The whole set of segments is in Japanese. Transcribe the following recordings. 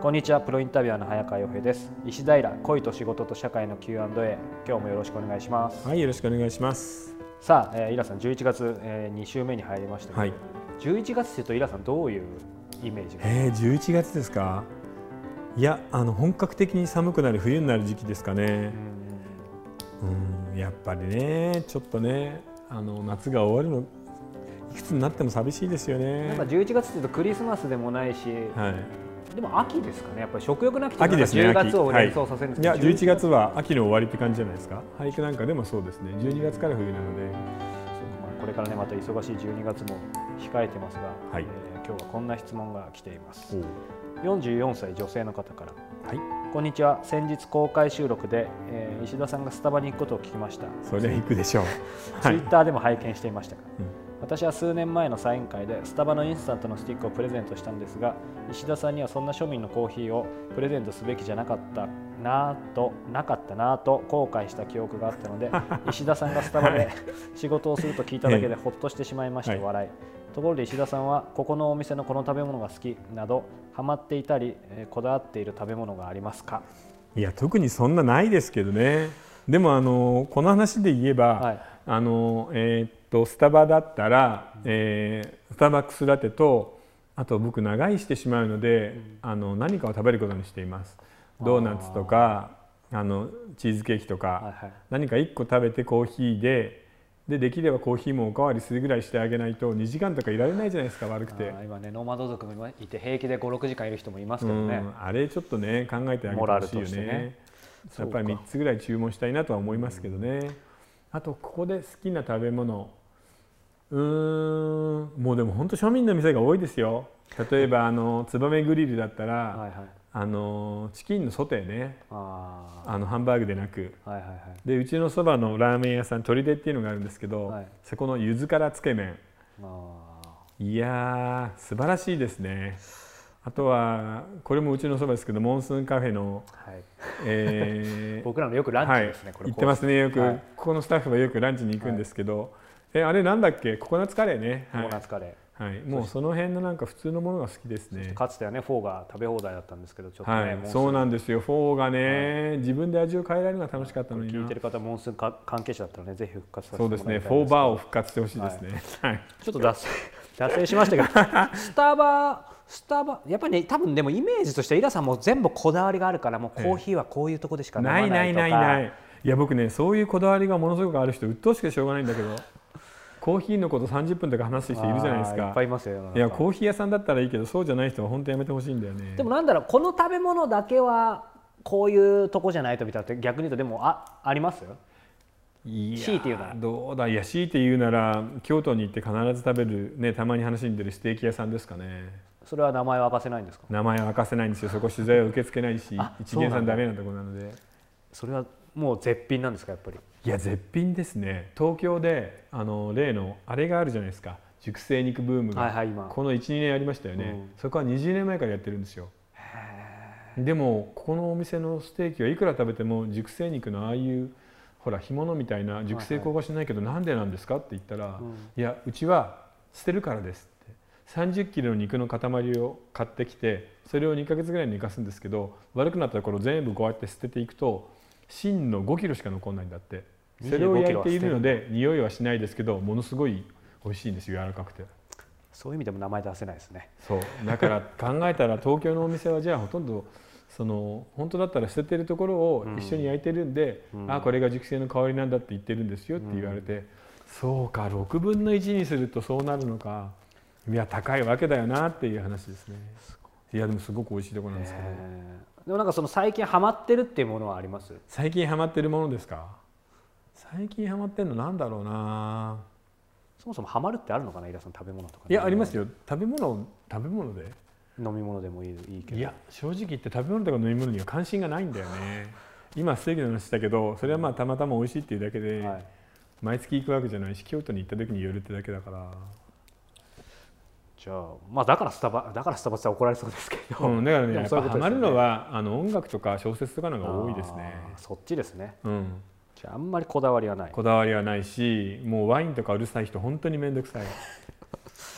こんにちは、プロインタビュアーの早川洋平です。石平、恋と仕事と社会の Q&A、今日もよろしくお願いします。 はい、よろしくお願いします。 さあ、イラさん、11月、2週目に入りましたけど、 はい、 11月というとイラさんどういうイメージが 11月ですか。いや、本格的に寒くなる冬になる時期ですかね。やっぱりね、ちょっとね、夏が終わるのいくつになっても寂しいですよね。 なんか11月というとクリスマスでもないし、 はい、 でも秋ですかね。やっぱり食欲なきて秋ですね。 10月を連想させるんですけど、 いや、11月は秋の終わりって感じじゃないですか。俳句なんかでもそうですね。12月から冬なので、 これからね、また忙しい12月も控えてますが、 はい、 今日はこんな質問が来ています。44歳女性の方から、 はい、 こんにちは。先日公開収録で、石田さんがスタバに行くことを聞きました。 それは行くでしょう。 ツイッターでも拝見していましたが、私は数年前のサイン会でスタバのインスタントのスティックをプレゼントしたんですが、石田さんにはそんな庶民のコーヒーをプレゼントすべきじゃなかったなと後悔した記憶があったので石田さんがスタバで仕事をすると聞いただけでほっとしてしまいました。笑い。ところで石田さんはここのお店のこの食べ物が好きなどハマっていたりこだわっている食べ物がありますか？ いや、特にそんなないですけどね。でもこの話で言えば、スタバだったら、スターバックスラテと、あと僕長居してしまうので、何かを食べることにしています。ドーナツとかチーズケーキとか、何か1個食べてコーヒーできればコーヒーもおかわりするぐらいしてあげないと2時間とかいられないじゃないですか。悪くて今ね、ノマド族もいて平気で5、6時間いる人もいますけどね。 あれちょっとね、考えてあげてほしいよね。やっぱり3つぐらい注文したいなとは思いますけどね。あとここで好きな食べ物、もうでも本当庶民の店が多いですよ。例えばツバメグリルだったらチキンのソテーね、ハンバーグでなく、でうちのそばのラーメン屋さん砦っていうのがあるんですけど、そこの柚子辛つけ麺、いやー素晴らしいですね。あとはこれもうちのそばですけど、モンスーンカフェの、 僕らのよくランチですね。これ行ってますね。よく、ここのスタッフはよくランチに行くんですけど、あれなんだっけ、ココナッツカレーね。 ココナッツカレー、 もうその辺のなんか普通のものが好きですね。 かつてはね、フォーが食べ放題だったんですけど、ちょっとね、 そうなんですよ。フォーがね、自分で味を変えられるのが楽しかったのにな。 聞いてる方、モンスーン関係者だったらね、ぜひ復活させてもらいたいです。そうですね。フォーバーを復活してほしいですね。 ちょっと脱線しましたけど、スタバやっぱりね、多分でもイメージとしてイラさんも全部こだわりがあるから、もうコーヒーはこういうとこでしか飲まないとか。 ない。いや僕ね、そういうこだわりがものすごくある人、鬱陶しくてしょうがないんだけど。コーヒーのこと30分とか話す人いるじゃないですか。 いっぱいいますよ。 いや、コーヒー屋さんだったらいいけど、そうじゃない人は本当やめてほしいんだよね。 でもなんだろう、この食べ物だけはこういうとこじゃないとみたいなって逆に言うと、でもありますよ。強いて言うならどうだ。いや、強いて言うなら京都に行って必ず食べるね、たまに話に出るステーキ屋さんですかね。 それは名前は明かせないんですか？ 名前は明かせないんですよ。そこ取材を受け付けないし、一元さんダメなところなので。 それはもう絶品なんですか？やっぱり。 いや、絶品ですね。東京で例のあれがあるじゃないですか、熟成肉ブームが、この 1,2 年ありましたよね。そこは20年前からやってるんですよ。でもここのお店のステーキはいくら食べても熟成肉のああいうほら干物みたいな熟成香がしないけど、なんでなんですかって言ったら、いやうちは捨てるからですって。30キロの肉の塊を買ってきて、それを2ヶ月ぐらい寝かすんですけど、悪くなったところ全部こうやって捨てていくと芯の5キロしか残らないんだって。それを焼いているので匂いはしないですけど、ものすごい美味しいんですよ。柔らかくて。 そういう意味でも名前出せないですね。 そうだから考えたら東京のお店はじゃあほとんど本当だったら捨ててるところを一緒に焼いてるんで、これが熟成の香りなんだって言ってるんですよって言われて、そうか6分の1にするとそうなるのか。いや高いわけだよなっていう話ですね。いやでもすごく美味しいところなんですけど。 でもなんか最近ハマってるっていうものはあります？ 最近ハマってるものですか？最近ハマってるのなんだろうな。 そもそもハマるってあるのかな、イラさん、食べ物とか。 いやありますよ。食べ物で飲み物でもいいけど。 いや正直言って食べ物とか飲み物には関心がないんだよね。今ステーキの話したけど、それはまあたまたま美味しいっていうだけで、毎月行くわけじゃないし、京都に行った時に寄るってだけだから。 じゃあまあだからスタバって怒られそうですけど、 だからね、やっぱハマるのは音楽とか小説とかのが多いですね。 そっちですね。じゃああんまりこだわりはない。 こだわりはないし、もうワインとかうるさい人本当に面倒くさい。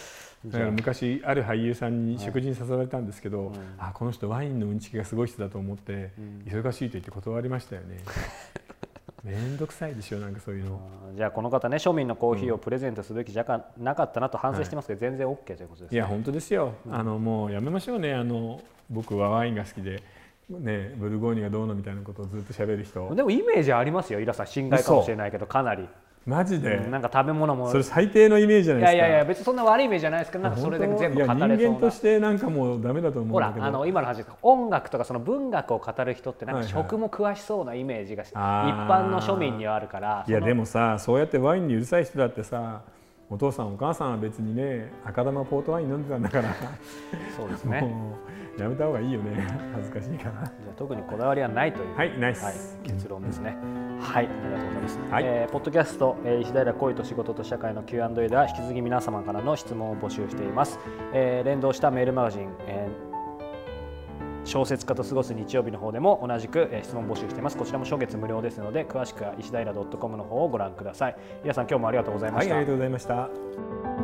だから昔ある俳優さんに食事に誘われたんですけど、あ、この人ワインのうんちきがすごい人だと思って、忙しいと言って断りましたよね。めんどくさいでしょ、なんかそういうの。 じゃあこの方ね、庶民のコーヒーをプレゼントすべきじゃなかったなと反省してますけど、全然 OK ということですね。 いや本当ですよ。もうやめましょうね。僕はワインが好きでね、ブルゴーニュがどうのみたいなことをずっと喋る人。 でもイメージありますよ、イラさん。心外かもしれないけど、かなり。 マジで、 なんか食べ物もそれ最低のイメージじゃないですか。 いや別にそんな悪いイメージじゃないですけど、なんかそれだけ全部語れそうな。 人間としてなんかもうダメだと思うんだけど。 ほら今の話ですか、音楽とかその文学を語る人ってなんか食も詳しそうなイメージが一般の庶民にはあるから。 いやでもさ、そうやってワインにうるさい人だってさ、お父さんお母さんは別にね、赤玉ポートワイン飲んでたんだから。 そうですね。 やめた方がいいよね。恥ずかしいから。じゃあ特にこだわりはないという、 はい、ナイス、 結論ですね。はい、ありがとうございます。ポッドキャスト、石平恋と仕事と社会の Q&A では引き続き皆様からの質問を募集しています。連動したメールマガジン、小説家と過ごす日曜日の方でも同じく質問募集しています。こちらも初月無料ですので、詳しくは石平.comの方をご覧ください。皆さん今日もありがとうございました。 はい、ありがとうございました。